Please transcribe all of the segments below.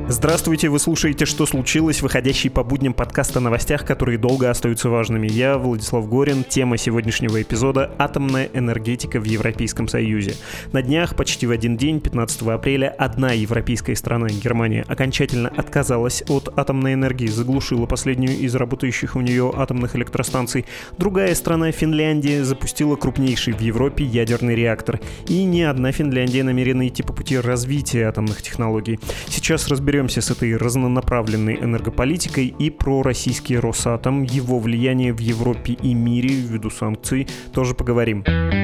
Здравствуйте, вы слушаете «Что случилось?», выходящий по будням подкаст о новостях, которые долго остаются важными. Я Владислав Горин. Тема сегодняшнего эпизода — атомная энергетика в Европейском Союзе. На днях, почти в один день, 15 апреля, одна европейская страна, Германия, окончательно отказалась от атомной энергии, заглушила последнюю из работающих у нее атомных электростанций. Другая страна, Финляндия, запустила крупнейший в Европе ядерный реактор. И ни одна Финляндия намерена идти по пути развития атомных технологий. Сейчас разберемся с этой разнонаправленной энергополитикой и про российский Росатом, его влияние в Европе и мире ввиду санкций тоже поговорим.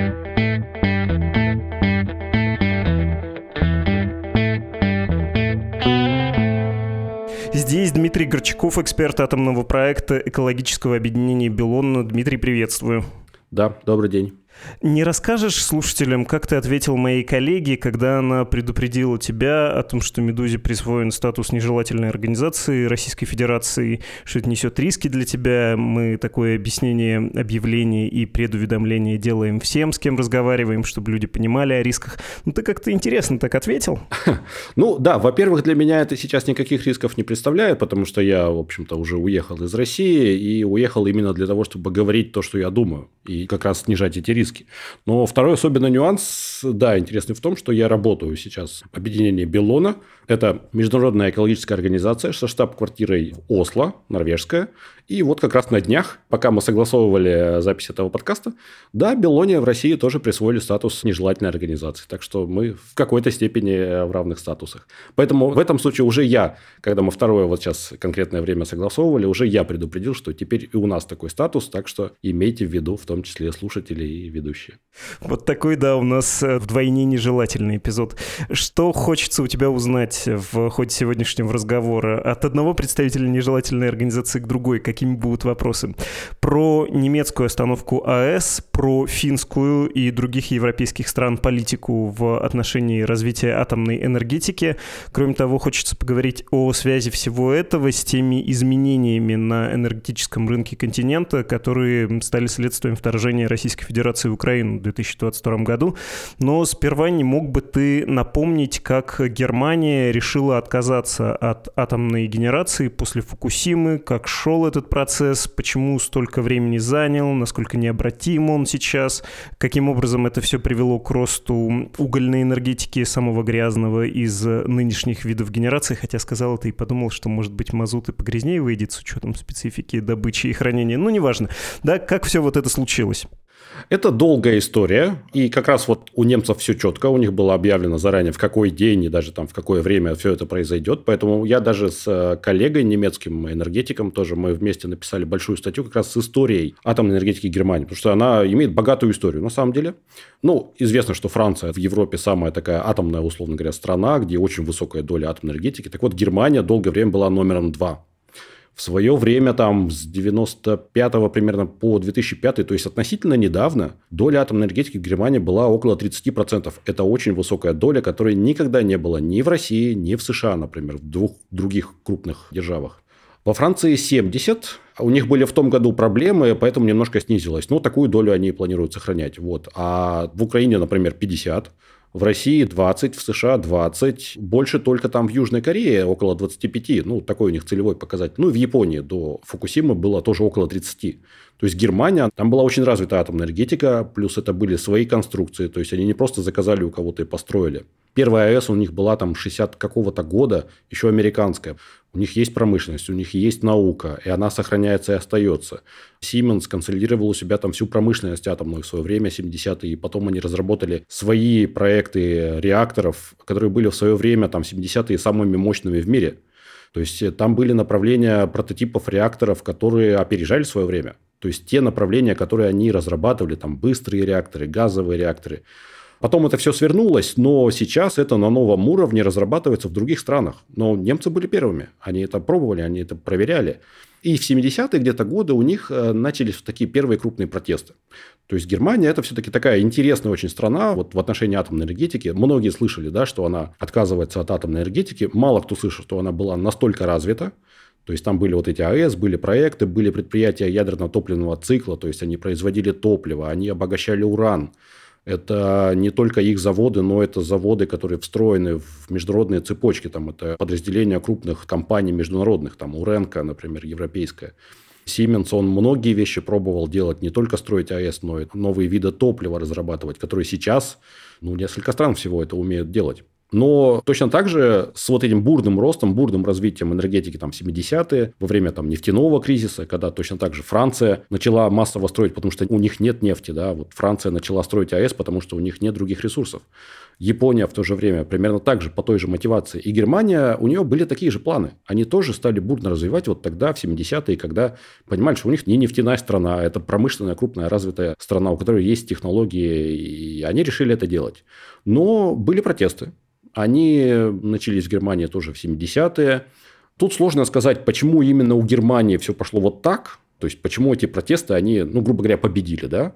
Здесь Дмитрий Горчаков, эксперт атомного проекта экологического объединения «Беллон». Дмитрий, приветствую. Да, добрый день. Не расскажешь слушателям, как ты ответил моей коллеге, когда она предупредила тебя о том, что «Медузе» присвоен статус нежелательной организации Российской Федерации, что это несет риски для тебя? Мы такое объяснение, объявление и предуведомление делаем всем, с кем разговариваем, чтобы люди понимали о рисках. Ну, ты как-то интересно так ответил. Ну, да, во-первых, для меня это сейчас никаких рисков не представляет, потому что я, в общем-то, уже уехал из России и уехал именно для того, чтобы говорить то, что я думаю, и как раз снижать эти риски. Но второй особенный нюанс, да, интересный в том, что я работаю сейчас в объединении «Беллона». Это международная экологическая организация со штаб-квартирой в Осло, норвежская. И вот как раз на днях, пока мы согласовывали запись этого подкаста, да, «Беллоне» в России тоже присвоили статус нежелательной организации. Так что мы в какой-то степени в равных статусах. Поэтому в этом случае уже я, когда мы второе вот сейчас конкретное время согласовывали, уже я предупредил, что теперь и у нас такой статус. Так что имейте в виду, в том числе слушатели и ведущие. Вот такой, да, у нас вдвойне нежелательный эпизод. Что хочется у тебя узнать в ходе сегодняшнего разговора от одного представителя нежелательной организации к другой? Какими будут вопросы? Про немецкую остановку АЭС, про финскую и других европейских стран политику в отношении развития атомной энергетики. Кроме того, хочется поговорить о связи всего этого с теми изменениями на энергетическом рынке континента, которые стали следствием вторжения Российской Федерации в Украину в 2022 году. Но сперва не мог бы ты напомнить, как Германия решила отказаться от атомной генерации после Фукусимы, как шел этот процесс, почему столько времени занял, насколько необратим он сейчас, каким образом это все привело к росту угольной энергетики, самого грязного из нынешних видов генерации, хотя сказал это и подумал, что, может быть, мазут и погрязнее выйдет с учетом специфики добычи и хранения. Ну, неважно. Да, как все вот это случилось? Это долгая история, и как раз вот у немцев все четко, у них было объявлено заранее, в какой день и даже там в какое время все это произойдет, поэтому я даже с коллегой немецким энергетиком тоже мы вместе написали большую статью как раз с историей атомной энергетики Германии, потому что она имеет богатую историю на самом деле. Ну, известно, что Франция в Европе самая такая атомная, условно говоря, страна, где очень высокая доля атомной энергетики, так вот Германия долгое время была номером 2. В свое время, там, с 95 примерно по 2005, то есть относительно недавно, доля атомной энергетики в Германии была около 30%. Это очень высокая доля, которой никогда не было ни в России, ни в США, например, в двух других крупных державах. Во Франции 70%. У них были в том году проблемы, поэтому немножко снизилось. Но такую долю они планируют сохранять. Вот. А в Украине, например, 50%. В России 20, в США 20, больше только там в Южной Корее около 25, ну, такой у них целевой показатель. Ну, и в Японии до Фукусимы было тоже около 30. То есть, Германия, там была очень развитая атомная энергетика, плюс это были свои конструкции, то есть, они не просто заказали у кого-то и построили. Первая АЭС у них была там 60 какого-то года, еще американская. У них есть промышленность, у них есть наука, и она сохраняется и остается. Siemens консолидировал у себя там всю промышленность атомную в свое время, 70-е, и потом они разработали свои проекты реакторов, которые были в свое время, там, 70-е, самыми мощными в мире. То есть, там были направления прототипов реакторов, которые опережали свое время. То есть, те направления, которые они разрабатывали, там, быстрые реакторы, газовые реакторы. Потом это все свернулось, но сейчас это на новом уровне разрабатывается в других странах. Но немцы были первыми. Они это пробовали, они это проверяли. И в 70-е где-то годы у них начались такие первые крупные протесты. То есть, Германия – это все-таки такая интересная очень страна вот в отношении атомной энергетики. Многие слышали, да, что она отказывается от атомной энергетики. Мало кто слышал, что она была настолько развита. То есть, там были вот эти АЭС, были проекты, были предприятия ядерно-топливного цикла. То есть, они производили топливо, они обогащали уран. Это не только их заводы, но это заводы, которые встроены в международные цепочки. Там это подразделения крупных компаний международных, там Уренко, например, европейская. Siemens, он многие вещи пробовал делать, не только строить АЭС, но и новые виды топлива разрабатывать, которые сейчас, несколько стран всего это умеют делать. Но точно так же с вот этим бурным ростом, бурным развитием энергетики там, в 70-е, во время там, нефтяного кризиса, когда точно так же Франция начала массово строить, потому что у них нет нефти. Да? Вот Франция начала строить АЭС, потому что у них нет других ресурсов. Япония в то же время примерно так же, по той же мотивации. И Германия, у нее были такие же планы. Они тоже стали бурно развивать вот тогда, в 70-е, когда понимали, что у них не нефтяная страна, это промышленная, крупная, развитая страна, у которой есть технологии, и они решили это делать. Но были протесты. Они начались в Германии тоже в 70-е. Тут сложно сказать, почему именно у Германии все пошло вот так. То есть, почему эти протесты, они, грубо говоря, победили, да?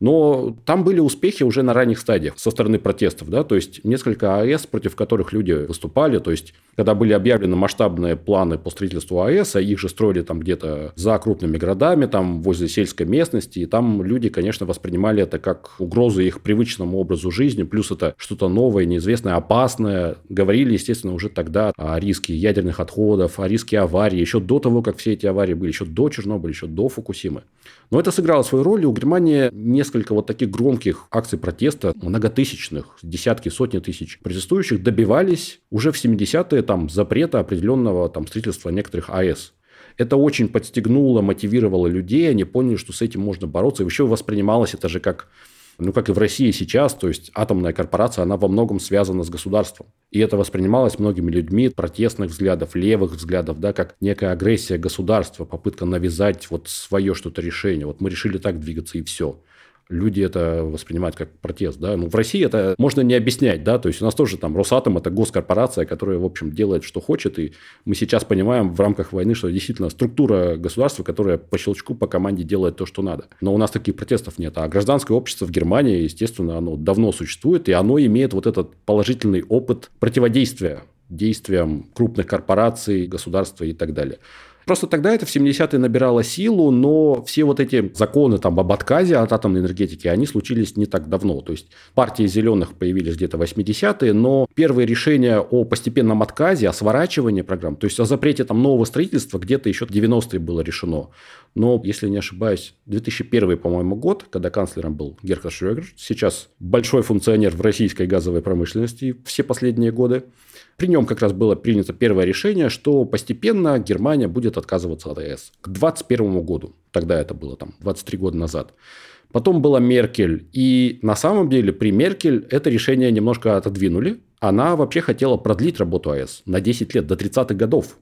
Но там были успехи уже на ранних стадиях со стороны протестов, да? То есть, несколько АЭС, против которых люди выступали. То есть, когда были объявлены масштабные планы по строительству АЭС, а их же строили там где-то за крупными городами, там возле сельской местности, и там люди, конечно, воспринимали это как угрозу их привычному образу жизни, плюс это что-то новое, неизвестное, опасное. Говорили, естественно, уже тогда о риске ядерных отходов, о риске аварии, еще до того, как все эти аварии были, еще до Чернобыля, еще до Фукусимы. Но это сыграло свою роль, и у Германии несколько вот таких громких акций протеста, многотысячных, десятки, сотни тысяч протестующих добивались уже в 70-е там, запрета определенного там, строительства некоторых АЭС. Это очень подстегнуло, мотивировало людей, они поняли, что с этим можно бороться. И еще воспринималось это же как и в России сейчас, то есть атомная корпорация, она во многом связана с государством. И это воспринималось многими людьми протестных взглядов, левых взглядов, да, как некая агрессия государства, попытка навязать вот свое что-то решение. Вот мы решили так двигаться, и все. Люди это воспринимают как протест, да. В России это можно не объяснять, да, то есть у нас тоже там Росатом – это госкорпорация, которая, в общем, делает, что хочет, и мы сейчас понимаем в рамках войны, что действительно структура государства, которая по щелчку, по команде делает то, что надо. Но у нас таких протестов нет, а гражданское общество в Германии, естественно, оно давно существует, и оно имеет вот этот положительный опыт противодействия действиям крупных корпораций, государства и так далее. Просто тогда это в 70-е набирало силу, но все вот эти законы там, об отказе от атомной энергетики, они случились не так давно. То есть партии зеленых появились где-то в 80-е, но первые решения о постепенном отказе, о сворачивании программ, то есть о запрете там, нового строительства где-то еще в 90-е было решено. Но, если не ошибаюсь, 2001, по-моему, год, когда канцлером был Герхард Шрёдер, сейчас большой функционер в российской газовой промышленности все последние годы, при нем как раз было принято первое решение, что постепенно Германия будет отказываться от АЭС к 2021 году. Тогда это было 23 года назад. Потом была Меркель. И на самом деле при Меркель это решение немножко отодвинули. Она вообще хотела продлить работу АЭС на 10 лет, до 30-х годов.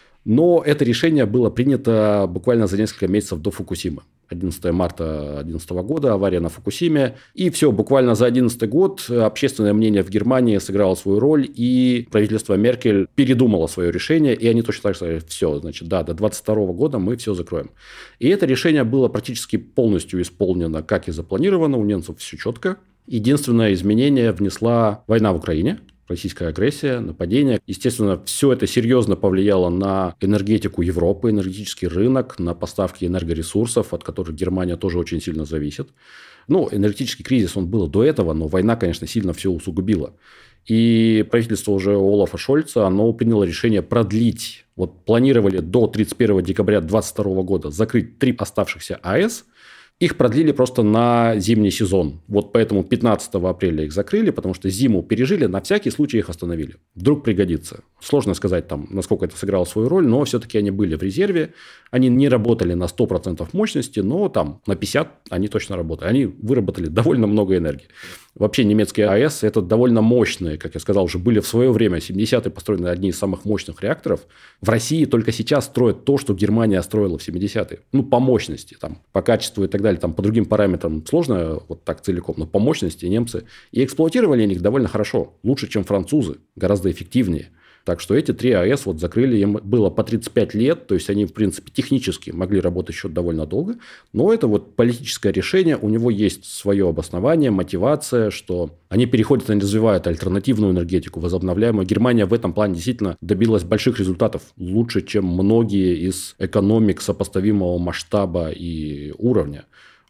Но это решение было принято буквально за несколько месяцев до Фукусимы. 11 марта 2011 года, авария на Фукусиме. И все, буквально за 2011 год общественное мнение в Германии сыграло свою роль, и правительство Меркель передумало свое решение, и они точно так же сказали, все, значит, да, до 2022 года мы все закроем. И это решение было практически полностью исполнено, как и запланировано, у немцев все четко. Единственное изменение внесла война в Украине. Российская агрессия, нападение. Естественно, все это серьезно повлияло на энергетику Европы, энергетический рынок, на поставки энергоресурсов, от которых Германия тоже очень сильно зависит. Энергетический кризис, он был до этого, но война, конечно, сильно все усугубила. И правительство уже Олафа Шольца, оно приняло решение продлить. Вот планировали до 31 декабря 2022 года закрыть 3 оставшихся АЭС. Их продлили просто на зимний сезон. Вот поэтому 15 апреля их закрыли, потому что зиму пережили, на всякий случай их остановили. Вдруг пригодится. Сложно сказать, насколько это сыграло свою роль, но все-таки они были в резерве. Они не работали на 100% мощности, но на 50% они точно работали. Они выработали довольно много энергии. Вообще немецкие АЭС – это довольно мощные, как я сказал, уже были в свое время, 70-е построены одни из самых мощных реакторов. В России только сейчас строят то, что Германия строила в 70-е. По мощности, по качеству и так далее, по другим параметрам сложно вот так целиком, но по мощности немцы и эксплуатировали они их довольно хорошо, лучше, чем французы, гораздо эффективнее. Так что эти 3 АЭС закрыли, им было по 35 лет, то есть они, в принципе, технически могли работать еще довольно долго, но это политическое решение, у него есть свое обоснование, мотивация, что они переходят, они развивают альтернативную энергетику, возобновляемую. Германия в этом плане действительно добилась больших результатов, лучше, чем многие из экономик сопоставимого масштаба и уровня.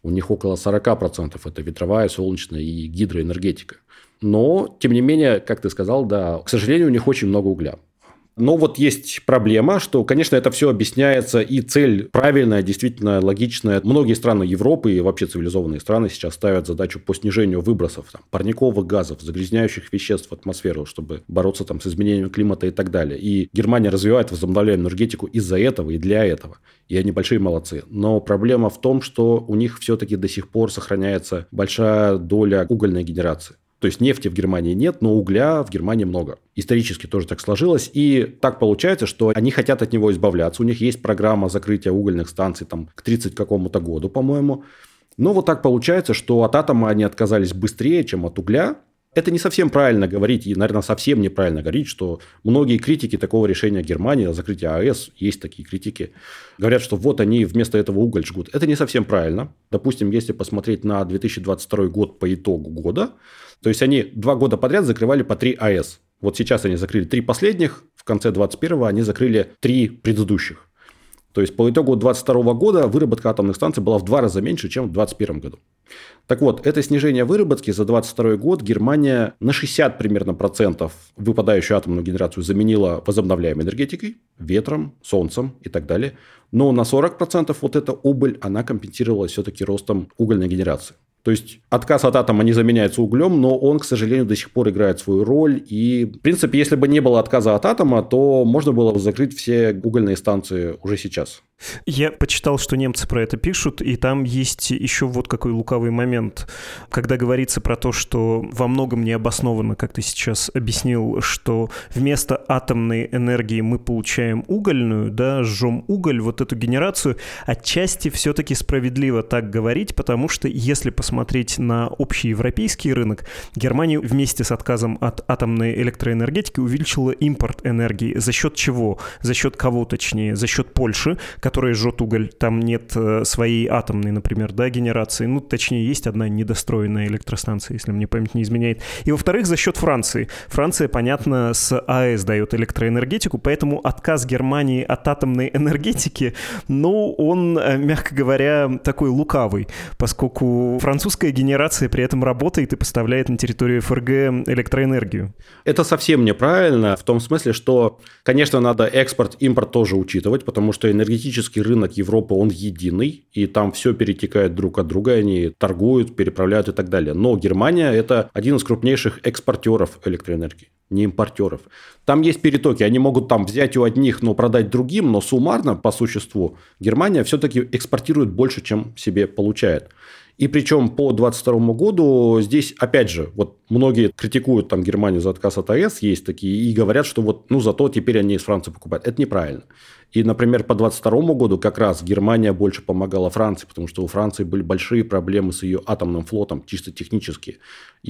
У них около 40% это ветровая, солнечная и гидроэнергетика. Но, тем не менее, как ты сказал, да, к сожалению, у них очень много угля. Но вот есть проблема, что, конечно, это все объясняется, и цель правильная, действительно логичная. Многие страны Европы и вообще цивилизованные страны сейчас ставят задачу по снижению выбросов парниковых газов, загрязняющих веществ в атмосферу, чтобы бороться с изменением климата и так далее. И Германия развивает возобновляемую энергетику из-за этого и для этого. И они большие молодцы. Но проблема в том, что у них все-таки до сих пор сохраняется большая доля угольной генерации. То есть нефти в Германии нет, но угля в Германии много. Исторически тоже так сложилось. И так получается, что они хотят от него избавляться. У них есть программа закрытия угольных станций к 30 какому-то году, по-моему. Но вот так получается, что от атома они отказались быстрее, чем от угля. Это не совсем правильно говорить, и, наверное, совсем неправильно говорить, что многие критики такого решения Германии о закрытии АЭС, есть такие критики, говорят, что вот они вместо этого уголь жгут. Это не совсем правильно. Допустим, если посмотреть на 2022 год по итогу года, то есть они 2 года подряд закрывали по 3 АЭС. Вот сейчас они закрыли 3 последних, в конце 2021 они закрыли 3 предыдущих. То есть по итогу 2022 года выработка атомных станций была в 2 раза меньше, чем в 2021 году. Так вот, это снижение выработки за 2022 год Германия на 60 примерно процентов выпадающую атомную генерацию заменила возобновляемой энергетикой, ветром, солнцем и так далее. Но на 40% вот эта убыль, она компенсировалась все-таки ростом угольной генерации. То есть отказ от атома не заменяется углем, но он, к сожалению, до сих пор играет свою роль. И, в принципе, если бы не было отказа от атома, то можно было бы закрыть все угольные станции уже сейчас. Я почитал, что немцы про это пишут, и там есть еще вот какой лукавый момент, когда говорится про то, что во многом необоснованно, как ты сейчас объяснил, что вместо атомной энергии мы получаем угольную, да, жжем уголь, вот эту генерацию, отчасти все-таки справедливо так говорить, потому что если посмотреть на общий европейский рынок, Германия вместе с отказом от атомной электроэнергетики увеличила импорт энергии. За счет чего? За счет кого, точнее? За счет Польши, которая жжет уголь, там нет своей атомной, например, да, генерации. Ну, точнее, есть одна недостроенная электростанция, если мне память не изменяет. И, во-вторых, за счет Франции. Франция, понятно, с АЭС дает электроэнергетику, поэтому отказ Германии от атомной энергетики, ну, он, мягко говоря, такой лукавый, поскольку французская генерация при этом работает и поставляет на территорию ФРГ электроэнергию. Это совсем неправильно, в том смысле, что, конечно, надо экспорт, импорт тоже учитывать, потому что энергетический рынок Европы, он единый, и там все перетекает друг от друга, они торгуют, переправляют и так далее. Но Германия – это один из крупнейших экспортеров электроэнергии, не импортеров. Там есть перетоки, они могут там взять у одних, но продать другим, но суммарно, по существу, Германия все-таки экспортирует больше, чем себе получает. И причем по 2022 году здесь, опять же, вот многие критикуют там Германию за отказ от АЭС, есть такие, и говорят, что вот, ну, зато теперь они из Франции покупают. Это неправильно. И, например, по 2022 году как раз Германия больше помогала Франции, потому что у Франции были большие проблемы с ее атомным флотом, чисто технические.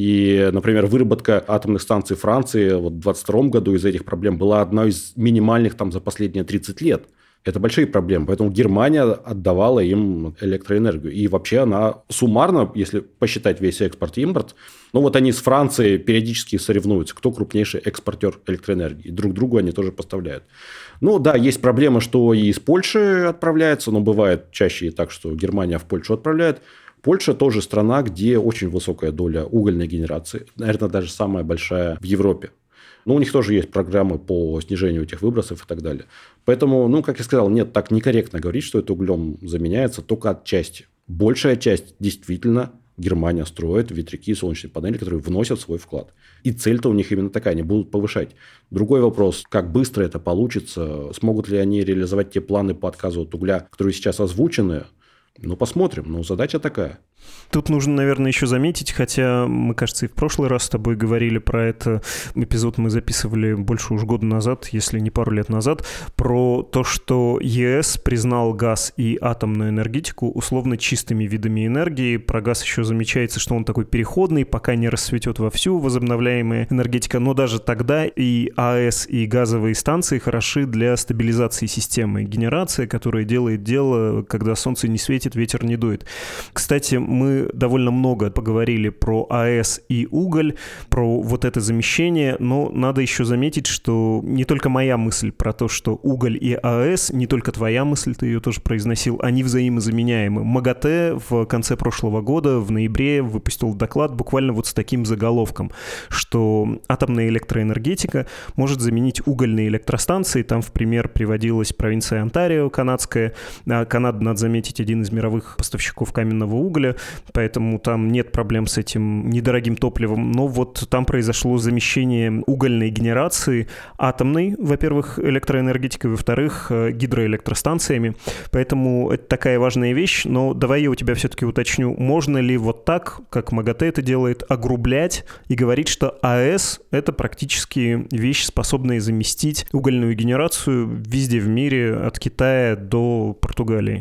И, например, выработка атомных станций Франции вот в 2022 году из-за этих проблем была одной из минимальных там за последние 30 лет. Это большие проблемы, поэтому Германия отдавала им электроэнергию. И вообще она суммарно, если посчитать весь экспорт и импорт, ну вот они с Францией периодически соревнуются, кто крупнейший экспортер электроэнергии. Друг другу они тоже поставляют. Ну да, есть проблема, что и из Польши отправляется, но бывает чаще и так, что Германия в Польшу отправляет. Польша тоже страна, где очень высокая доля угольной генерации, наверное, даже самая большая в Европе. Но у них тоже есть программы по снижению этих выбросов и так далее. Поэтому, ну, как я сказал, нет, так некорректно говорить, что это углем заменяется только отчасти. Большая часть действительно Германия строит ветряки и солнечные панели, которые вносят свой вклад. И цель-то у них именно такая, они будут повышать. Другой вопрос, как быстро это получится, смогут ли они реализовать те планы по отказу от угля, которые сейчас озвучены. Ну, посмотрим. Но задача такая. Тут нужно, наверное, еще заметить, хотя мы, кажется, и в прошлый раз с тобой говорили про это, эпизод мы записывали больше уж года назад, если не пару лет назад, про то, что ЕС признал газ и атомную энергетику условно чистыми видами энергии. Про газ еще замечается, что он такой переходный, пока не расцветет вовсю возобновляемая энергетика, но даже тогда и АЭС, и газовые станции хороши для стабилизации системы. Генерация, которая делает дело, когда солнце не светит, светит, ветер не дует. Кстати, мы довольно много поговорили про АЭС и уголь, про вот это замещение, но надо еще заметить, что не только моя мысль про то, что уголь и АЭС, не только твоя мысль, ты ее тоже произносил, они взаимозаменяемы. МАГАТЭ в конце прошлого года, в ноябре, выпустил доклад буквально вот с таким заголовком, что атомная электроэнергетика может заменить угольные электростанции. Там в пример приводилась провинция Онтарио, канадская. Канада, надо заметить, один из мировых поставщиков каменного угля, поэтому там нет проблем с этим недорогим топливом. Но вот там произошло замещение угольной генерации атомной, во-первых, электроэнергетикой, во-вторых, гидроэлектростанциями. Поэтому это такая важная вещь. Но давай я у тебя все-таки уточню, можно ли вот так, как МАГАТЭ это делает, огрублять и говорить, что АЭС — это практически вещь, способная заместить угольную генерацию везде в мире, от Китая до Португалии?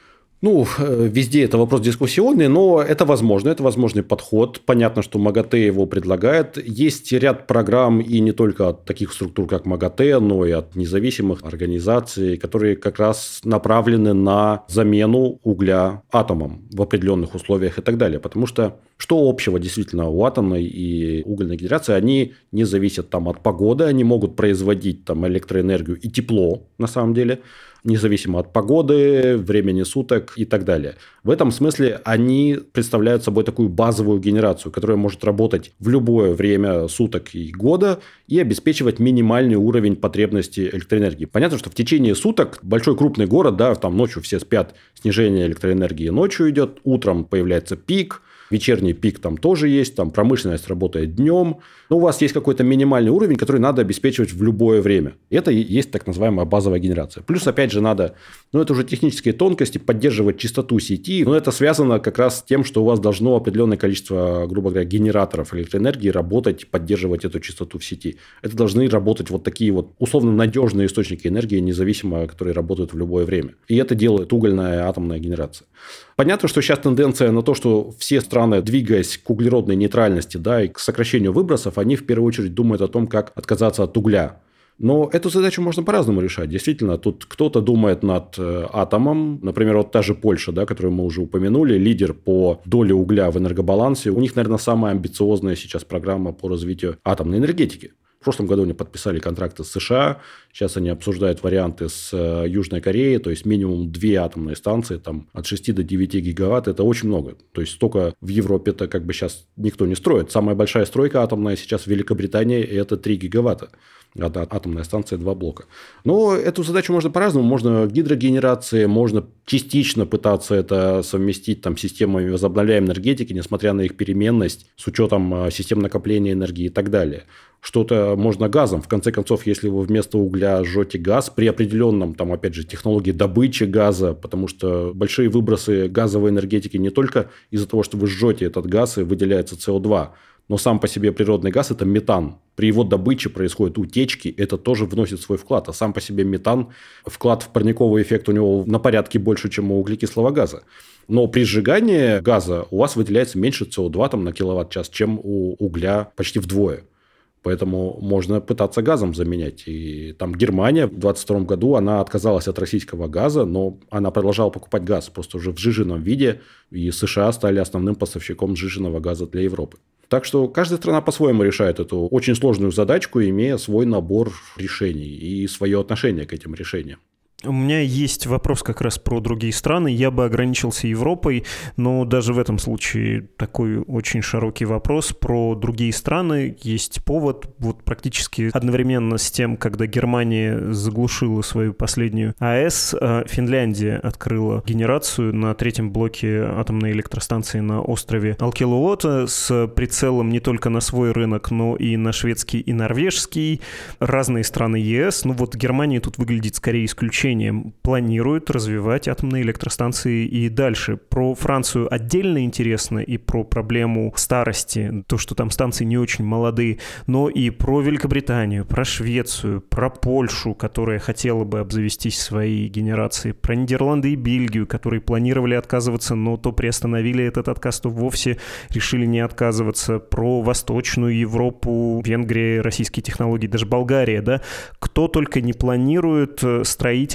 Ну, везде это вопрос дискуссионный, но это возможно, это возможный подход. Понятно, что МАГАТЭ его предлагает. Есть ряд программ, и не только от таких структур, как МАГАТЭ, но и от независимых организаций, которые как раз направлены на замену угля атомом в определенных условиях и так далее. Потому что общего действительно у атомной и угольной генерации? Они не зависят там от погоды, они могут производить там электроэнергию и тепло, на самом деле, независимо от погоды, времени суток и так далее. В этом смысле они представляют собой такую базовую генерацию, которая может работать в любое время суток и года и обеспечивать минимальный уровень потребности электроэнергии. Понятно, что в течение суток большой крупный город, да, там ночью все спят, снижение электроэнергии ночью идет, утром появляется пик, вечерний пик там тоже есть, там промышленность работает днем. Но у вас есть какой-то минимальный уровень, который надо обеспечивать в любое время. И это и есть так называемая базовая генерация. Плюс, опять же, надо, это уже технические тонкости, поддерживать частоту сети. Но это связано как раз с тем, что у вас должно определенное количество, грубо говоря, генераторов электроэнергии работать, поддерживать эту частоту в сети. Это должны работать вот такие вот условно надежные источники энергии, независимо, которые работают в любое время. И это делает угольная атомная генерация. Понятно, что сейчас тенденция на то, что все страны, двигаясь к углеродной нейтральности, да, и к сокращению выбросов, они в первую очередь думают о том, как отказаться от угля. Но эту задачу можно по-разному решать. Действительно, тут кто-то думает над атомом. Например, вот та же Польша, да, которую мы уже упомянули, лидер по доле угля в энергобалансе. У них, наверное, самая амбициозная сейчас программа по развитию атомной энергетики. В прошлом году они подписали контракты с США. Сейчас они обсуждают варианты с Южной Кореей. То есть, минимум 2 атомные станции, там, от 6 до 9 гигаватт. Это очень много. То есть, столько в Европе-то как бы сейчас никто не строит. Самая большая стройка атомная сейчас в Великобритании – это 3 гигаватта. Одна атомная станция, 2 блока. Но эту задачу можно по-разному. Можно гидрогенерации, можно частично пытаться это совместить там, с системами возобновляемой энергетики, несмотря на их переменность, с учетом систем накопления энергии и так далее. Что-то можно газом. В конце концов, если вы вместо угля жжете газ при определенном, там, опять же, технологии добычи газа, потому что большие выбросы газовой энергетики не только из-за того, что вы жжете этот газ и выделяется СО2, но сам по себе природный газ – это метан. При его добыче происходят утечки, это тоже вносит свой вклад. А сам по себе метан, вклад в парниковый эффект у него на порядке больше, чем у углекислого газа. Но при сжигании газа у вас выделяется меньше СО2 там, на киловатт-час, чем у угля почти вдвое. Поэтому можно пытаться газом заменять. И там Германия в 2022 году, она отказалась от российского газа, но она продолжала покупать газ просто уже в сжиженном виде. И США стали основным поставщиком сжиженного газа для Европы. Так что каждая страна по-своему решает эту очень сложную задачку, имея свой набор решений и свое отношение к этим решениям. У меня есть вопрос как раз про другие страны. Я бы ограничился Европой, но даже в этом случае такой очень широкий вопрос. Про другие страны есть повод. Вот практически одновременно с тем, когда Германия заглушила свою последнюю АЭС, Финляндия открыла генерацию на 3-м блоке атомной электростанции на острове Алкилуота с прицелом не только на свой рынок, но и на шведский и норвежский. Разные страны ЕС. Ну вот Германия тут выглядит скорее исключением. Планируют развивать атомные электростанции и дальше. Про Францию отдельно интересно и про проблему старости, то, что там станции не очень молодые, но и про Великобританию, про Швецию, про Польшу, которая хотела бы обзавестись своей генерацией, про Нидерланды и Бельгию, которые планировали отказываться, но то приостановили этот отказ, то вовсе решили не отказываться, про Восточную Европу, Венгрия, российские технологии, даже Болгария, да, кто только не планирует строительство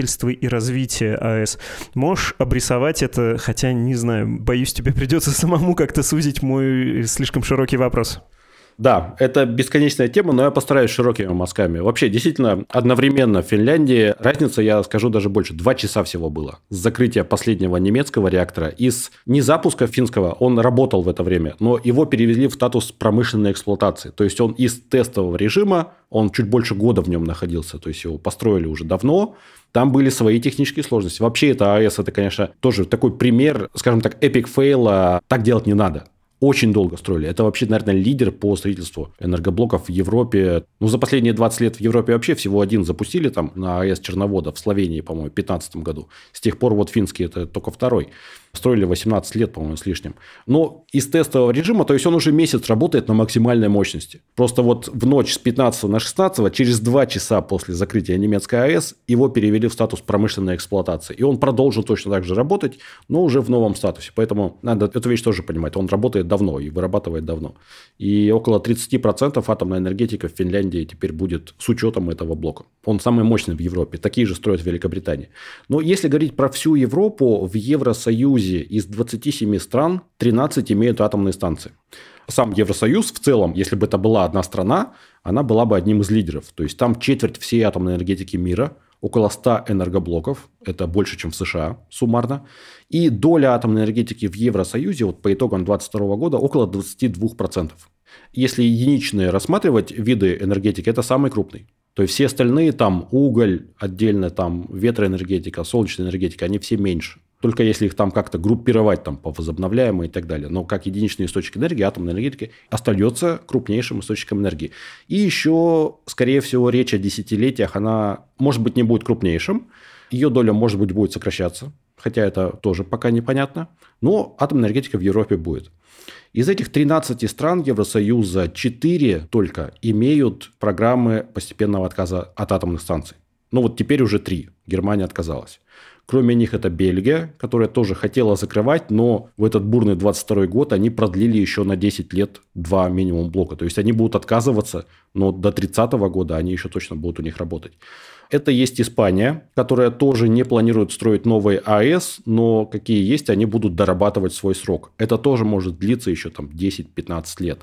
строительства и развития АЭС. Можешь обрисовать это, хотя, не знаю, боюсь, тебе придется самому как-то сузить мой слишком широкий вопрос. Да, это бесконечная тема, но я постараюсь широкими мазками. Вообще, действительно, одновременно в Финляндии разница, я скажу даже больше, 2 часа всего было. С закрытия последнего немецкого реактора и с незапуска финского, он работал в это время, но его перевели в статус промышленной эксплуатации. То есть он из тестового режима, он чуть больше года в нем находился, то есть его построили уже давно, там были свои технические сложности. Вообще, это АЭС, это, конечно, тоже такой пример, скажем так, эпик фейла, так делать не надо. Очень долго строили. Это вообще, наверное, лидер по строительству энергоблоков в Европе. Ну, за последние 20 лет в Европе вообще всего один запустили там на АЭС Черновода в Словении, по-моему, в 2015 году. С тех пор вот финский это только второй. Строили 18 лет, по-моему, с лишним. Но из тестового режима, то есть он уже месяц работает на максимальной мощности. Просто вот в ночь с 15 на 16, через 2 часа после закрытия немецкой АЭС, его перевели в статус промышленной эксплуатации. И он продолжил точно так же работать, но уже в новом статусе. Поэтому надо эту вещь тоже понимать. Он работает давно и вырабатывает давно. И около 30% атомной энергетики в Финляндии теперь будет с учетом этого блока. Он самый мощный в Европе. Такие же строят в Великобритании. Но если говорить про всю Европу, в Евросоюзе из 27 стран 13 имеют атомные станции. Сам Евросоюз в целом, если бы это была одна страна, она была бы одним из лидеров. То есть там четверть всей атомной энергетики мира, около 100 энергоблоков, это больше, чем в США суммарно. И доля атомной энергетики в Евросоюзе вот по итогам 2022 года около 22%. Если единичные рассматривать виды энергетики, это самый крупный. То есть все остальные там уголь, отдельно там ветроэнергетика, солнечная энергетика, они все меньше. Только если их там как-то группировать там, по возобновляемой и так далее. Но как единичный источник энергии, атомная энергетика остается крупнейшим источником энергии. И еще, скорее всего, речь о десятилетиях, она, может быть, не будет крупнейшим. Ее доля, может быть, будет сокращаться. Хотя это тоже пока непонятно. Но атомная энергетика в Европе будет. Из этих 13 стран Евросоюза 4 только имеют программы постепенного отказа от атомных станций. Ну вот теперь уже 3. Германия отказалась. Кроме них это Бельгия, которая тоже хотела закрывать, но в этот бурный 22 год они продлили еще на 10 лет 2 минимум блока. То есть они будут отказываться, но до 30 года они еще точно будут у них работать. Это есть Испания, которая тоже не планирует строить новые АЭС, но какие есть, они будут дорабатывать свой срок. Это тоже может длиться еще там 10-15 лет.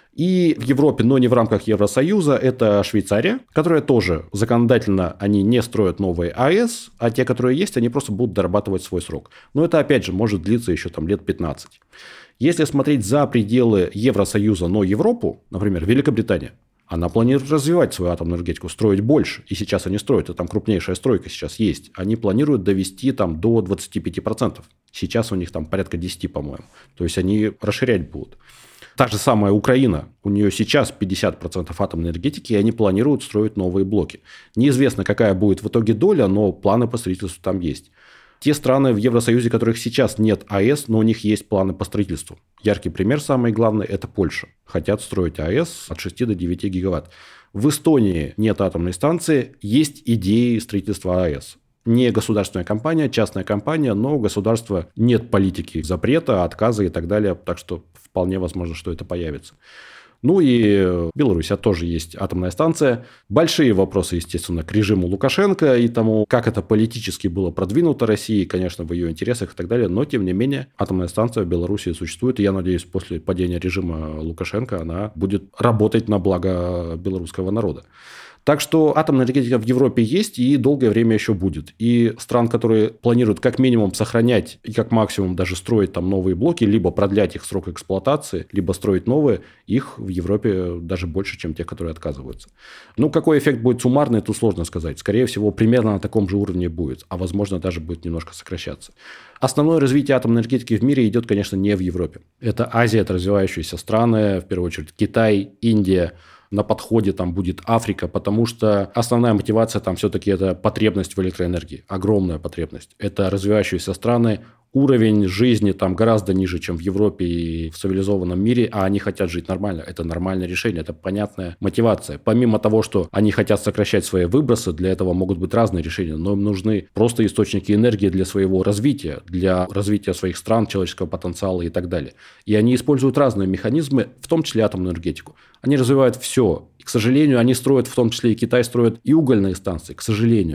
И в Европе, но не в рамках Евросоюза, это Швейцария, которая тоже законодательно, они не строят новые АЭС, а те, которые есть, они просто будут дорабатывать свой срок. Но это, опять же, может длиться еще там лет 15. Если смотреть за пределы Евросоюза, но Европу, например, Великобритания, она планирует развивать свою атомную энергетику, строить больше. И сейчас они строят, и там крупнейшая стройка сейчас есть. Они планируют довести там до 25%. Сейчас у них там порядка 10, по-моему. То есть они расширять будут. Та же самая Украина, у нее сейчас 50% атомной энергетики, и они планируют строить новые блоки. Неизвестно, какая будет в итоге доля, но планы по строительству там есть. Те страны в Евросоюзе, у которых сейчас нет АЭС, но у них есть планы по строительству. Яркий пример, самый главный, это Польша. Хотят строить АЭС от 6 до 9 гигаватт. В Эстонии нет атомной станции, есть идеи строительства АЭС. Не государственная компания, частная компания, но у государства нет политики запрета, отказа и так далее, так что вполне возможно, что это появится. Ну и в Беларуси тоже есть атомная станция. Большие вопросы, естественно, к режиму Лукашенко и тому, как это политически было продвинуто Россией, конечно, в ее интересах и так далее. Но, тем не менее, атомная станция в Беларуси существует. И я надеюсь, после падения режима Лукашенко она будет работать на благо белорусского народа. Так что атомная энергетика в Европе есть и долгое время еще будет. И стран, которые планируют как минимум сохранять и как максимум даже строить там новые блоки, либо продлять их срок эксплуатации, либо строить новые, их в Европе даже больше, чем те, которые отказываются. Ну, какой эффект будет суммарный, тут сложно сказать. Скорее всего, примерно на таком же уровне будет, а возможно даже будет немножко сокращаться. Основное развитие атомной энергетики в мире идет, конечно, не в Европе. Это Азия, это развивающиеся страны, в первую очередь Китай, Индия. На подходе там будет Африка, потому что основная мотивация там все-таки это потребность в электроэнергии, огромная потребность. Это развивающиеся страны, уровень жизни там гораздо ниже, чем в Европе и в цивилизованном мире, а они хотят жить нормально. Это нормальное решение, это понятная мотивация. Помимо того, что они хотят сокращать свои выбросы, для этого могут быть разные решения, но им нужны просто источники энергии для своего развития, для развития своих стран, человеческого потенциала и так далее. И они используют разные механизмы, в том числе атомную энергетику. Они развивают все. И, к сожалению, они строят, в том числе и Китай строит и угольные станции, к сожалению.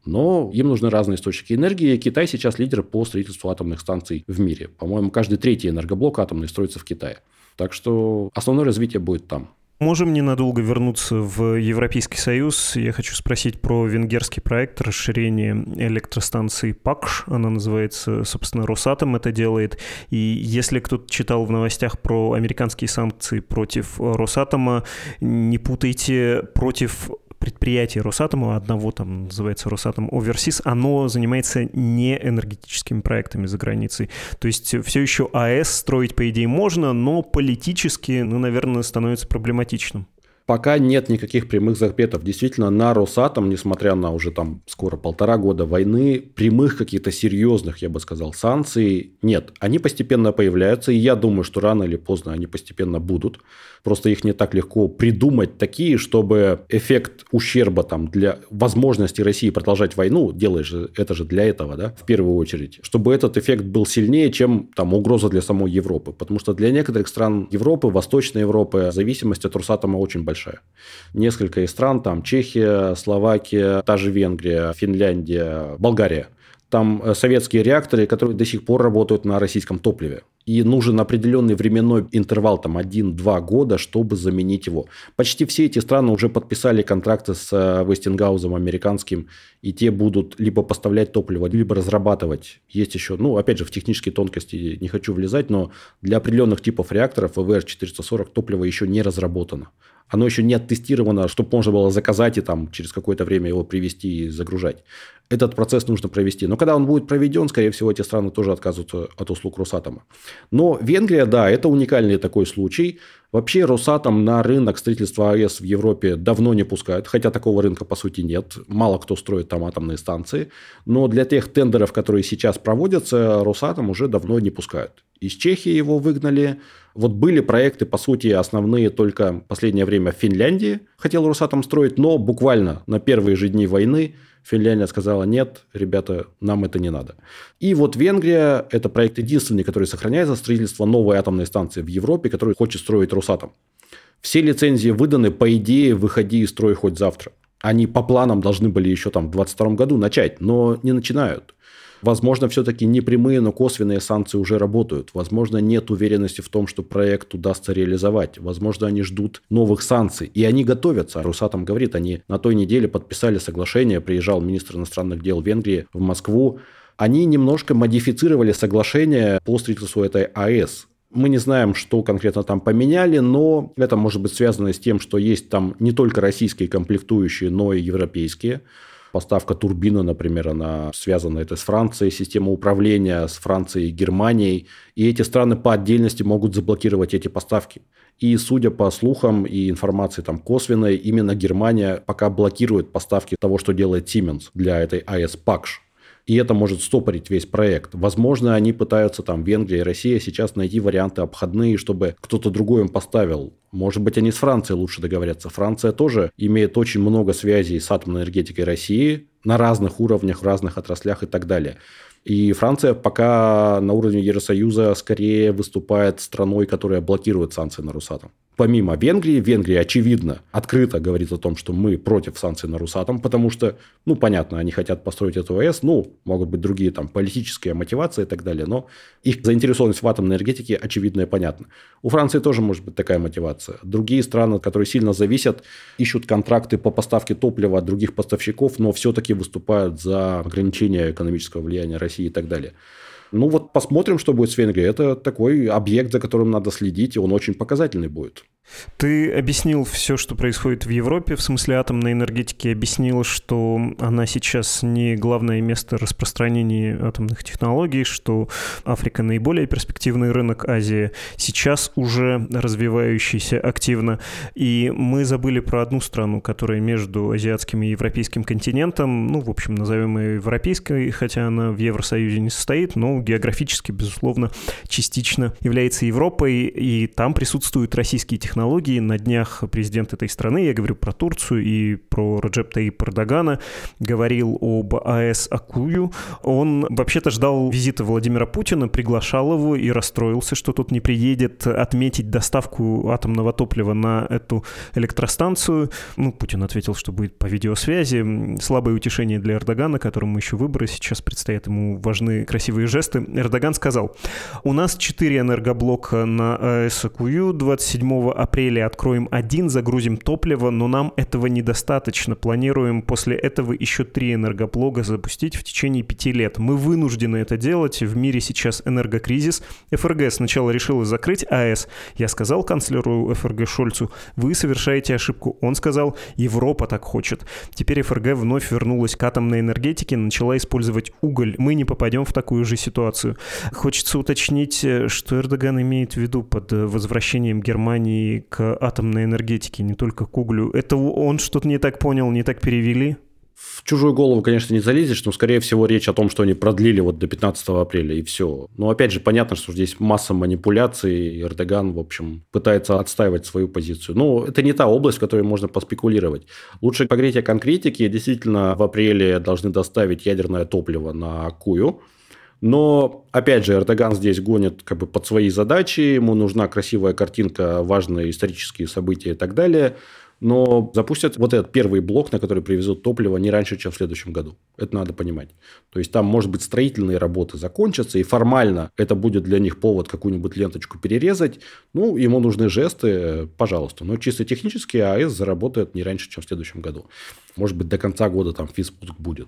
Но им нужны разные источники энергии. Китай сейчас лидер по строительству атомных станций в мире. По-моему, каждый третий энергоблок атомный строится в Китае. Так что основное развитие будет там. Можем ненадолго вернуться в Европейский Союз. Я хочу спросить про венгерский проект расширения электростанции ПАКШ. Она называется, собственно, Росатом это делает. И если кто-то читал в новостях про американские санкции против Росатома, не путайте, против предприятие Росатома, одного там называется Росатом Оверсис, оно занимается не энергетическими проектами за границей. То есть все еще АЭС строить, по идее, можно, но политически, наверное, становится проблематичным. Пока нет никаких прямых запретов. Действительно, на Росатом, несмотря на уже там скоро 1,5 года войны, прямых каких-то серьезных, я бы сказал, санкций нет. Они постепенно появляются, и я думаю, что рано или поздно они постепенно будут. Просто их не так легко придумать такие, чтобы эффект ущерба там, для возможности России продолжать войну, делаешь это же для этого, да, в первую очередь, чтобы этот эффект был сильнее, чем там угроза для самой Европы. Потому что для некоторых стран Европы, Восточной Европы, зависимость от Росатома очень большая. Несколько из стран, там Чехия, Словакия, та же Венгрия, Финляндия, Болгария. Там советские реакторы, которые до сих пор работают на российском топливе. И нужен определенный временной интервал, там 1-2 года, чтобы заменить его. Почти все эти страны уже подписали контракты с Вестингаузом американским, и те будут либо поставлять топливо, либо разрабатывать. Есть еще, опять же, в технические тонкости не хочу влезать, но для определенных типов реакторов ВВР-440 топливо еще не разработано. Оно еще не оттестировано, чтобы можно было заказать и там через какое-то время его привезти и загружать. Этот процесс нужно провести. Но когда он будет проведен, скорее всего, эти страны тоже откажутся от услуг Росатома. Но Венгрия, да, это уникальный такой случай. Вообще Росатом на рынок строительства АЭС в Европе давно не пускают, хотя такого рынка по сути нет. Мало кто строит там атомные станции. Но для тех тендеров, которые сейчас проводятся, Росатом уже давно не пускают. Из Чехии его выгнали. Вот были проекты, по сути, основные только в последнее время в Финляндии. Хотел Росатом строить, но буквально на первые же дни войны Финляндия сказала: нет, ребята, нам это не надо. И вот Венгрия – это проект единственный, который сохраняется, строительство новой атомной станции в Европе, который хочет строить Росатом. Все лицензии выданы, по идее, выходи и строй хоть завтра. Они по планам должны были еще там в 2022 году начать, но не начинают. Возможно, все-таки не прямые, но косвенные санкции уже работают. Возможно, нет уверенности в том, что проект удастся реализовать. Возможно, они ждут новых санкций. И они готовятся. Росатом говорит, они на той неделе подписали соглашение. Приезжал министр иностранных дел Венгрии в Москву. Они немножко модифицировали соглашение по строительству этой АЭС. Мы не знаем, что конкретно там поменяли, но это может быть связано с тем, что есть там не только российские комплектующие, но и европейские. Поставка турбины, например, она связана это с Францией, система управления с Францией и Германией. И эти страны по отдельности могут заблокировать эти поставки. И судя по слухам и информации там косвенной, именно Германия пока блокирует поставки того, что делает Siemens для этой АЭС ПАКШ. И это может стопорить весь проект. Возможно, они пытаются, там, Венгрия и Россия, сейчас найти варианты обходные, чтобы кто-то другой им поставил. Может быть, они с Францией лучше договорятся. Франция тоже имеет очень много связей с атомной энергетикой России на разных уровнях, в разных отраслях и так далее. И Франция пока на уровне Евросоюза скорее выступает страной, которая блокирует санкции на Росатом. Помимо Венгрии, Венгрия, очевидно, открыто говорит о том, что мы против санкций на Росатом, потому что, понятно, они хотят построить эту АЭС, могут быть другие там политические мотивации и так далее, но их заинтересованность в атомной энергетике очевидно и понятна. У Франции тоже может быть такая мотивация. Другие страны, которые сильно зависят, ищут контракты по поставке топлива от других поставщиков, но все-таки выступают за ограничение экономического влияния России и так далее. Посмотрим, что будет с Венгрией. Это такой объект, за которым надо следить, и он очень показательный будет. Ты объяснил все, что происходит в Европе, в смысле атомной энергетики, объяснил, что она сейчас не главное место распространения атомных технологий, что Африка наиболее перспективный рынок, Азия сейчас уже развивающийся активно. И мы забыли про одну страну, которая между азиатским и европейским континентом, в общем, назовем ее европейской, хотя она в Евросоюзе не состоит, но географически, безусловно, частично является Европой, и там присутствуют российские технологии. технологии. На днях президент этой страны, я говорю про Турцию и про Реджеп Таyyip Эрдогана, говорил об АЭС Аккую. Он вообще-то ждал визита Владимира Путина, приглашал его и расстроился, что тот не приедет отметить доставку атомного топлива на эту электростанцию. Путин ответил, что будет по видеосвязи. Слабое утешение для Эрдогана, которому еще выборы сейчас предстоят, ему важны красивые жесты. Эрдоган сказал: у нас 4 энергоблока на АЭС Аккую, 27 апреля откроем 1, загрузим топливо, но нам этого недостаточно. Планируем после этого еще 3 энергоблока запустить в течение 5 лет. Мы вынуждены это делать. В мире сейчас энергокризис. ФРГ сначала решила закрыть АЭС. Я сказал канцлеру ФРГ Шольцу: вы совершаете ошибку. Он сказал: Европа так хочет. Теперь ФРГ вновь вернулась к атомной энергетике, начала использовать уголь. Мы не попадем в такую же ситуацию. Хочется уточнить, что Эрдоган имеет в виду под возвращением Германии к атомной энергетике, не только к углю. Это он что-то не так понял, не так перевели? В чужую голову, конечно, не залезешь, но, скорее всего, речь о том, что они продлили до 15 апреля, и все. Но, опять же, понятно, что здесь масса манипуляций, и Эрдоган, в общем, пытается отстаивать свою позицию. Но это не та область, в которой можно поспекулировать. Лучше поговорить о конкретике. Действительно, в апреле должны доставить ядерное топливо на Аккую. Но, опять же, Эрдоган здесь гонит под свои задачи, ему нужна красивая картинка, важные исторические события и так далее. Но запустят этот первый блок, на который привезут топливо, не раньше, чем в следующем году. Это надо понимать. То есть, там, может быть, строительные работы закончатся, и формально это будет для них повод какую-нибудь ленточку перерезать. Ему нужны жесты, пожалуйста. Но чисто технически АЭС заработает не раньше, чем в следующем году. Может быть, до конца года там физпуск будет.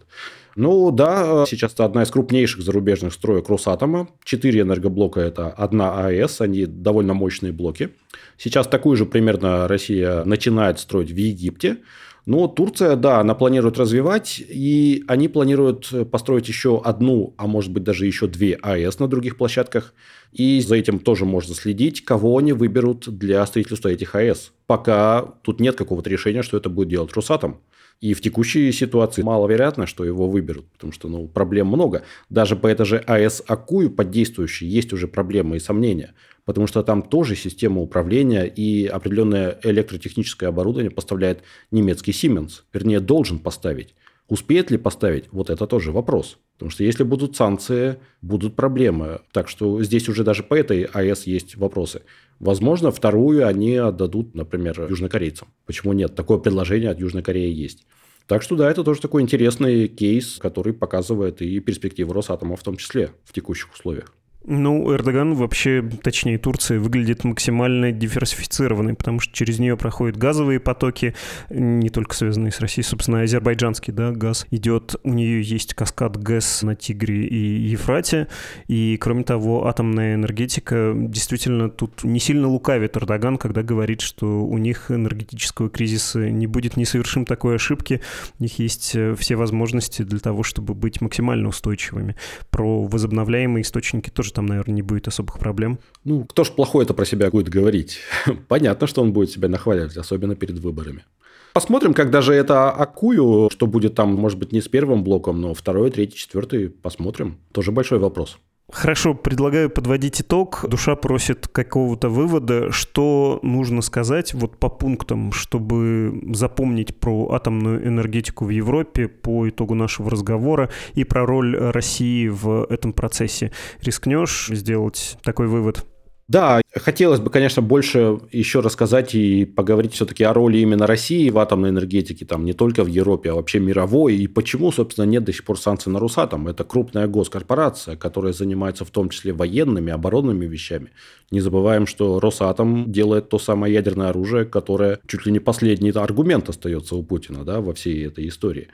Сейчас это одна из крупнейших зарубежных строек Росатома. 4 энергоблока – это одна АЭС, они довольно мощные блоки. Сейчас такую же примерно Россия начинает строить в Египте. Но Турция, она планирует развивать, и они планируют построить еще одну, а может быть даже еще 2 АЭС на других площадках. И за этим тоже можно следить, кого они выберут для строительства этих АЭС. Пока тут нет какого-то решения, что это будет делать Росатом. И в текущей ситуации маловероятно, что его выберут, потому что проблем много. Даже по этой же АЭС Аккую под действующей есть уже проблемы и сомнения. Потому что там тоже система управления и определенное электротехническое оборудование поставляет немецкий Siemens. Вернее, должен поставить. Успеет ли поставить? Это тоже вопрос. Потому что если будут санкции, будут проблемы. Так что здесь уже даже по этой АЭС есть вопросы. Возможно, вторую они отдадут, например, южнокорейцам. Почему нет? Такое предложение от Южной Кореи есть. Так что это тоже такой интересный кейс, который показывает и перспективы Росатома в том числе в текущих условиях. Эрдоган вообще, точнее Турция, выглядит максимально диверсифицированной, потому что через нее проходят газовые потоки, не только связанные с Россией, собственно, азербайджанский газ идет. У нее есть каскад ГЭС на Тигре и Ефрате, и, кроме того, атомная энергетика действительно тут не сильно лукавит Эрдоган, когда говорит, что у них энергетического кризиса не будет, не совершим такой ошибки, у них есть все возможности для того, чтобы быть максимально устойчивыми. Про возобновляемые источники тоже там, наверное, не будет особых проблем. Кто ж плохое-то про себя будет говорить? Понятно, что он будет себя нахваливать, особенно перед выборами. Посмотрим, как даже это Аккую, что будет там, может быть, не с первым блоком, но 2, 3, 4, посмотрим. Тоже большой вопрос. Хорошо, предлагаю подводить итог. Душа просит какого-то вывода, что нужно сказать по пунктам, чтобы запомнить про атомную энергетику в Европе по итогу нашего разговора и про роль России в этом процессе. Рискнешь сделать такой вывод? Да, хотелось бы, конечно, больше еще рассказать и поговорить все-таки о роли именно России в атомной энергетике, не только в Европе, а вообще мировой, и почему, собственно, нет до сих пор санкций на Росатом. Это крупная госкорпорация, которая занимается в том числе военными, оборонными вещами. Не забываем, что Росатом делает то самое ядерное оружие, которое чуть ли не последний аргумент остается у Путина, во всей этой истории.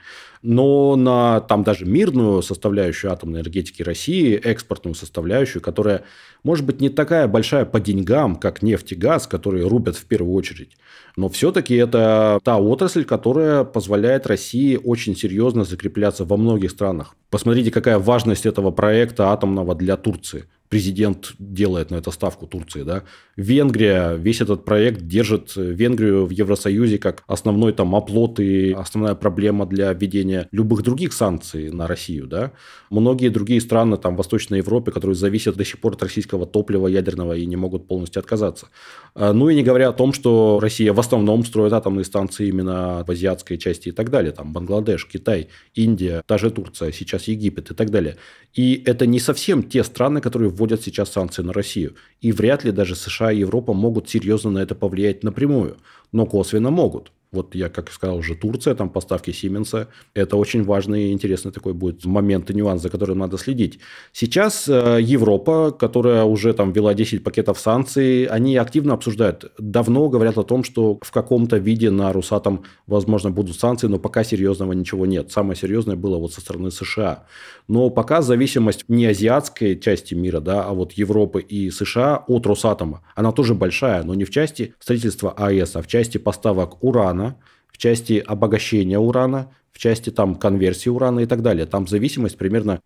Но на даже мирную составляющую атомной энергетики России, экспортную составляющую, которая, может быть, не такая большая по деньгам, как нефть и газ, которые рубят в первую очередь. Но все-таки это та отрасль, которая позволяет России очень серьезно закрепляться во многих странах. Посмотрите, какая важность этого проекта атомного для Турции. президент делает на это ставку Турции, да. Венгрия, весь этот проект держит Венгрию в Евросоюзе как основной там оплот и основная проблема для введения любых других санкций на Россию, да. Многие другие страны там в Восточной Европе, которые зависят до сих пор от российского топлива ядерного и не могут полностью отказаться. Ну и не говоря о том, что Россия в основном строит атомные станции именно в азиатской части и так далее. Там Бангладеш, Китай, Индия, даже Турция, сейчас Египет и так далее. И это не совсем те страны, которые вводят сейчас санкции на Россию. И вряд ли даже США и Европа могут серьезно на это повлиять напрямую. Но косвенно могут. Вот я, как сказал уже, Турция, там поставки Сименса. Это очень важный и интересный такой будет момент и нюанс, за которым надо следить. Сейчас Европа, которая уже там ввела 10 пакетов санкций, они активно обсуждают. Давно говорят о том, что в каком-то виде на Росатом, возможно, будут санкции, но пока серьезного ничего нет. Самое серьезное было вот со стороны США. Но пока зависимость не азиатской части мира, да, а вот Европы и США от Росатома, она тоже большая, но не в части строительства АЭС, а в части поставок урана, в части обогащения урана, в части там конверсии урана и так далее. Там зависимость примерно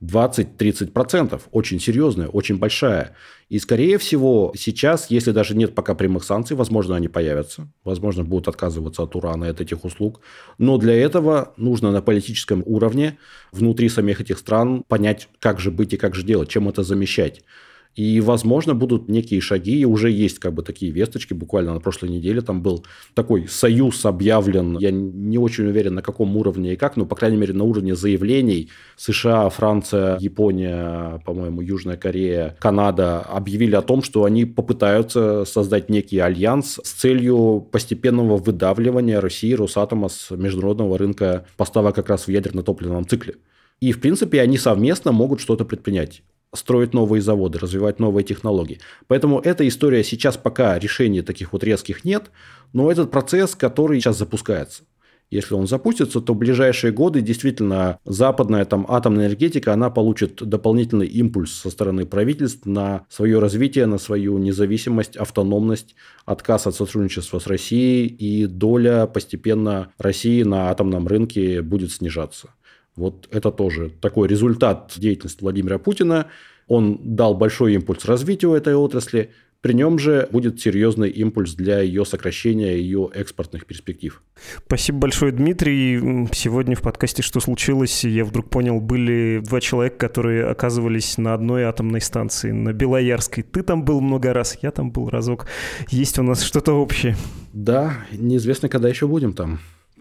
20-30%. Очень серьезная, очень большая. И, скорее всего, сейчас, если даже нет пока прямых санкций, возможно, они появятся. Возможно, будут отказываться от урана и от этих услуг. Но для этого нужно на политическом уровне внутри самих этих стран понять, как же быть и как же делать, чем это замещать. И, возможно, будут некие шаги, и уже есть как бы такие весточки. Буквально на прошлой неделе там был такой союз объявлен. Я не очень уверен, на каком уровне и как, но, по крайней мере, на уровне заявлений США, Франция, Япония, по-моему, Южная Корея, Канада объявили о том, что они попытаются создать некий альянс с целью постепенного выдавливания России, Росатома с международного рынка поставок как раз в ядерно-топливном цикле. И, в принципе, они совместно могут что-то предпринять. Строить новые заводы, развивать новые технологии. Поэтому эта история сейчас пока решений таких вот резких нет, но этот процесс, который сейчас запускается. Если он запустится, то в ближайшие годы действительно западная там атомная энергетика, она получит дополнительный импульс со стороны правительств на свое развитие, на свою независимость, автономность, отказ от сотрудничества с Россией, и доля постепенно России на атомном рынке будет снижаться. Вот это тоже такой результат деятельности Владимира Путина. Он дал большой импульс развитию этой отрасли. При нем же будет серьезный импульс для ее сокращения, ее экспортных перспектив. Спасибо большое, Дмитрий. Сегодня в подкасте «Что случилось?» я вдруг понял, были два человека, которые оказывались на одной атомной станции, на Белоярской. Ты там был много раз, я там был разок. Есть у нас что-то общее. Да, неизвестно, когда еще будем там.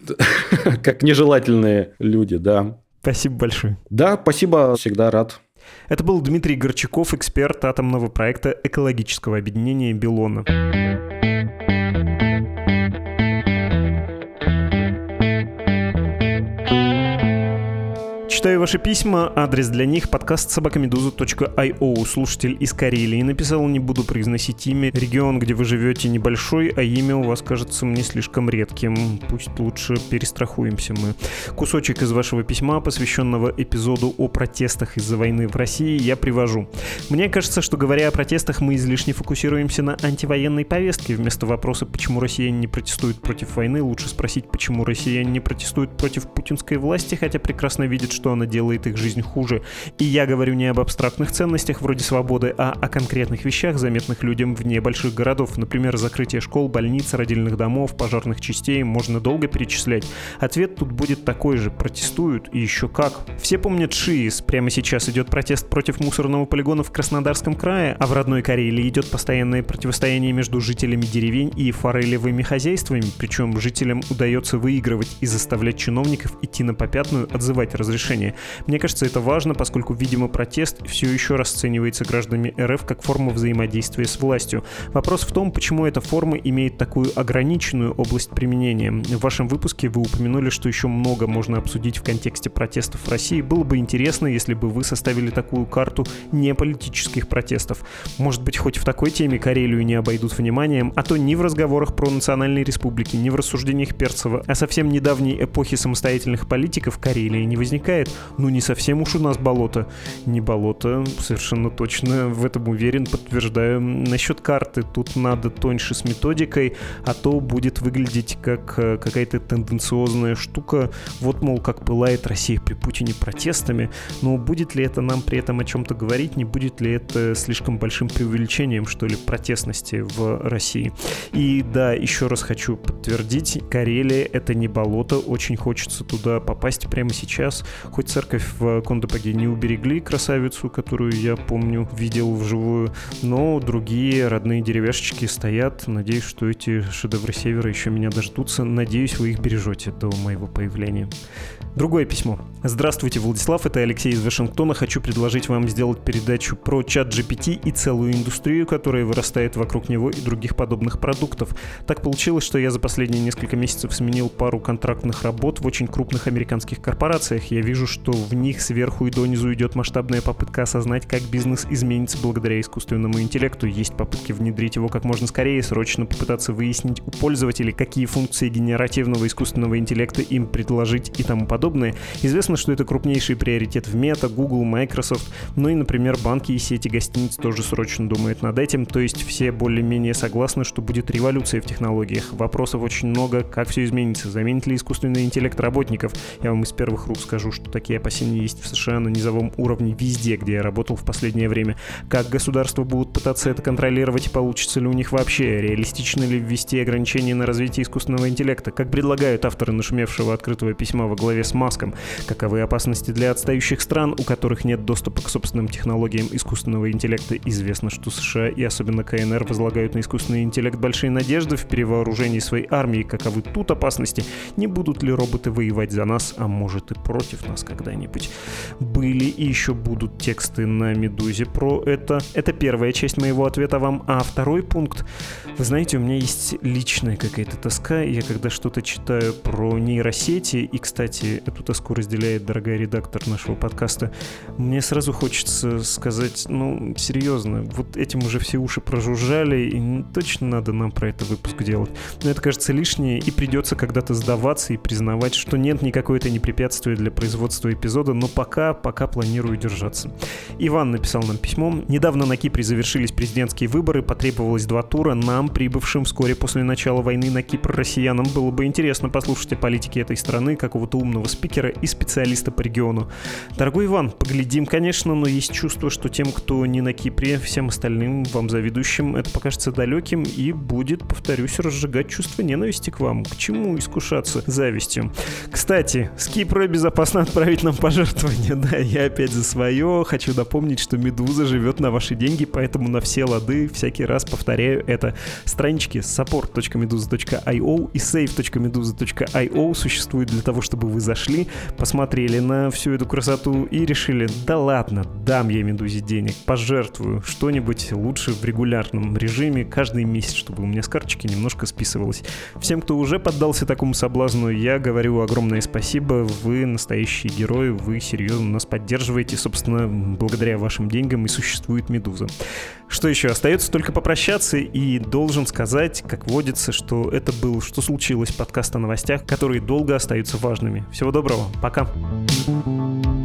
Как нежелательные люди, да. Спасибо большое. Да, спасибо, всегда рад. Это был Дмитрий Горчаков, эксперт атомного проекта экологического объединения «Белона». Читаю ваши письма, адрес для них подкаст@meduza.io. Слушатель из Карелии написал, не буду произносить имя. Регион, где вы живете, небольшой, а имя у вас кажется мне слишком редким. Пусть лучше перестрахуемся мы. Кусочек из вашего письма, посвященного эпизоду о протестах из-за войны в России, я привожу. Мне кажется, что говоря о протестах, мы излишне фокусируемся на антивоенной повестке. Вместо вопроса, почему россияне не протестуют против войны, лучше спросить, почему россияне не протестуют против путинской власти, хотя прекрасно видят, что она делает их жизнь хуже. И я говорю не об абстрактных ценностях вроде свободы, а о конкретных вещах, заметных людям вне больших городов. Например, закрытие школ, больниц, родильных домов, пожарных частей. Можно долго перечислять. Ответ тут будет такой же. Протестуют, и еще как. Все помнят ШИИС. Прямо сейчас идет протест против мусорного полигона в Краснодарском крае, а в родной Карелии идет постоянное противостояние между жителями деревень и форелевыми хозяйствами. Причем жителям удается выигрывать и заставлять чиновников идти на попятную, отзывать разрешение. Мне кажется, это важно, поскольку, видимо, протест все еще расценивается гражданами РФ как форма взаимодействия с властью. Вопрос в том, почему эта форма имеет такую ограниченную область применения. В вашем выпуске вы упомянули, что еще много можно обсудить в контексте протестов в России. Было бы интересно, если бы вы составили такую карту неполитических протестов. Может быть, хоть в такой теме Карелию не обойдут вниманием, а то ни в разговорах про национальные республики, ни в рассуждениях Перцева о совсем недавней эпохе самостоятельных политиков Карелии не возникает. впечатляет. Ну, не совсем уж у нас болото. Не болото, совершенно точно, в этом уверен, подтверждаю. Насчет карты тут надо тоньше с методикой, а то будет выглядеть как какая-то тенденциозная штука. Вот, мол, как пылает Россия при Путине протестами. Но будет ли это нам при этом о чем-то говорить? Не будет ли это слишком большим преувеличением, что ли, протестности в России? И да, еще раз хочу подтвердить, Карелия — это не болото, очень хочется туда попасть прямо сейчас. Хоть церковь в Кондопоге не уберегли, красавицу, которую я помню, видел вживую, но другие родные деревяшечки стоят. Надеюсь, что эти шедевры Севера еще меня дождутся. Надеюсь, вы их бережете до моего появления. Другое письмо. Здравствуйте, Владислав, это Алексей из Вашингтона. Хочу предложить вам сделать передачу про ChatGPT и целую индустрию, которая вырастает вокруг него и других подобных продуктов. Так получилось, что я за последние несколько месяцев сменил пару контрактных работ в очень крупных американских корпорациях. Я вижу, что в них сверху и донизу идет масштабная попытка осознать, как бизнес изменится благодаря искусственному интеллекту. Есть попытки внедрить его как можно скорее, срочно попытаться выяснить у пользователей, какие функции генеративного искусственного интеллекта им предложить и тому подобное. Известно, что это крупнейший приоритет в Meta, Google, Microsoft, ну и, например, банки и сети гостиниц тоже срочно думают над этим, то есть все более-менее согласны, что будет революция в технологиях. Вопросов очень много, как все изменится, заменит ли искусственный интеллект работников. Я вам из первых рук скажу, что такие опасения есть в США на низовом уровне везде, где я работал в последнее время. Как государства будут пытаться это контролировать и получится ли у них вообще? Реалистично ли ввести ограничения на развитие искусственного интеллекта? Как предлагают авторы нашумевшего открытого письма во главе с Маском? Каковы опасности для отстающих стран, у которых нет доступа к собственным технологиям искусственного интеллекта? Известно, что США и особенно КНР возлагают на искусственный интеллект большие надежды в перевооружении своей армии. Каковы тут опасности? Не будут ли роботы воевать за нас, а может и против нас когда-нибудь? Были и еще будут тексты на «Медузе» про это. Это первая часть моего ответа вам. А второй пункт. Вы знаете, у меня есть личная какая-то тоска. Я когда что-то читаю про нейросети, и, кстати, эту тоску разделяет дорогая редактор нашего подкаста, мне сразу хочется сказать, ну, серьезно, вот этим уже все уши прожужжали, и точно надо нам про это выпуск делать. Но это кажется лишнее, и придется когда-то сдаваться и признавать, что нет, никакое это не препятствие для производства эпизода, но пока планирую держаться. Иван написал нам письмо. Недавно на Кипре завершились президентские выборы, потребовалось 2 тура. Нам, прибывшим вскоре после начала войны на Кипр россиянам, было бы интересно послушать о политике этой страны, какого-то умного спикера и специалиста по региону. Дорогой Иван, поглядим, конечно, но есть чувство, что тем, кто не на Кипре, всем остальным, вам завидующим, это покажется далеким и будет, повторюсь, разжигать чувство ненависти к вам. К чему искушаться завистью? Кстати, с Кипра безопасно отправить нам пожертвования. Да, я опять за свое. Хочу напомнить, что «Медуза» живет на ваши деньги, поэтому на все лады всякий раз повторяю это. Странички support.meduza.io и save.meduza.io существуют для того, чтобы вы зашли, посмотрели на всю эту красоту и решили, да ладно, дам я «Медузе» денег, пожертвую что-нибудь лучше в регулярном режиме каждый месяц, чтобы у меня с карточки немножко списывалось. Всем, кто уже поддался такому соблазну, я говорю огромное спасибо, вы настоящие герои, вы серьезно нас поддерживаете, собственно, благодаря вашим деньгам и существует «Медуза». Что еще? Остается только попрощаться и должен сказать, как водится, что это был «Что случилось?» подкаст о новостях, которые долго остаются важными. Всего доброго, пока!